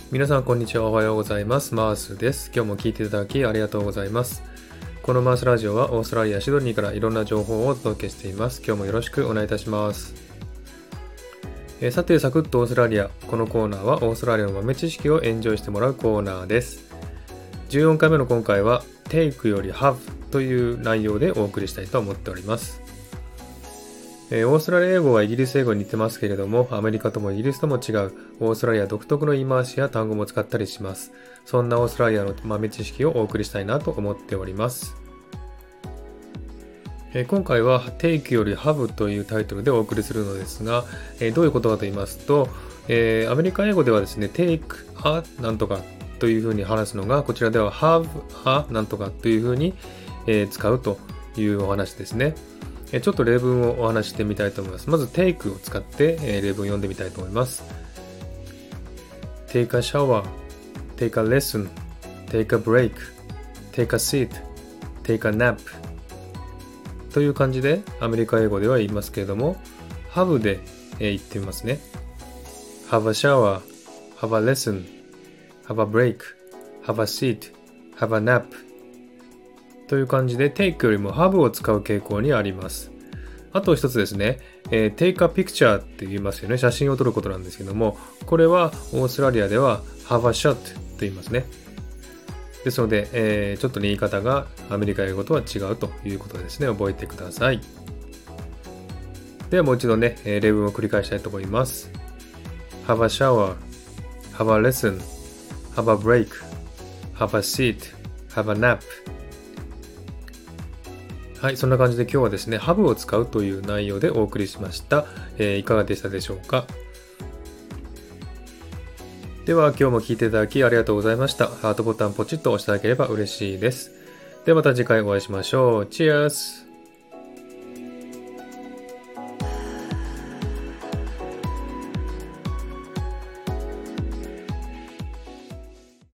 皆さんこんにちは。おはようございます。マースです。今日も聞いていただきありがとうございます。このマースラジオはオーストラリア・シドニーからいろんな情報をお届けしています。今日もよろしくお願いいたします。さて、サクッとオーストラリア。このコーナーはオーストラリアの豆知識をエンジョイしてもらうコーナーです。14回目の今回は Take より Have という内容でお送りしたいと思っております。オーストラリア英語はイギリス英語に似てますけれども、アメリカともイギリスとも違うオーストラリア独特の言い回しや単語も使ったりします。そんなオーストラリアの豆知識をお送りしたいなと思っております。今回は Take より Have というタイトルでお送りするのですが、どういうことかと言いますと、アメリカ英語ではですね、Take a なんとかというふうに話すのが、こちらでは Have a なんとかというふうに、使うというお話ですね。ちょっと例文をお話ししてみたいと思います。まず take を使って、例文を読んでみたいと思います。Take a shower, take a lesson, take a break, take a seat, take a nap という感じでアメリカ英語では言いますけれども、have で、言ってみますね。have a shower, have a lesson, have a break, have a seat, have a napという感じで take よりも have を使う傾向にあります。あと一つですね、take a picture って言いますよね。写真を撮ることなんですけども、これはオーストラリアでは have a shot と言いますね。ですので、ちょっと、ね、言い方がアメリカ英語とは違うということですね。覚えてください。ではもう一度ね、例文を繰り返したいと思います。have a shower, have a lesson, have a break, have a seat, have a napはい、そんな感じで今日はですね、have を使うという内容でお送りしました。いかがでしたでしょうか。では今日も聞いていただきありがとうございました。ハートボタンポチッと押していただければ嬉しいです。ではまた次回お会いしましょう。チェアス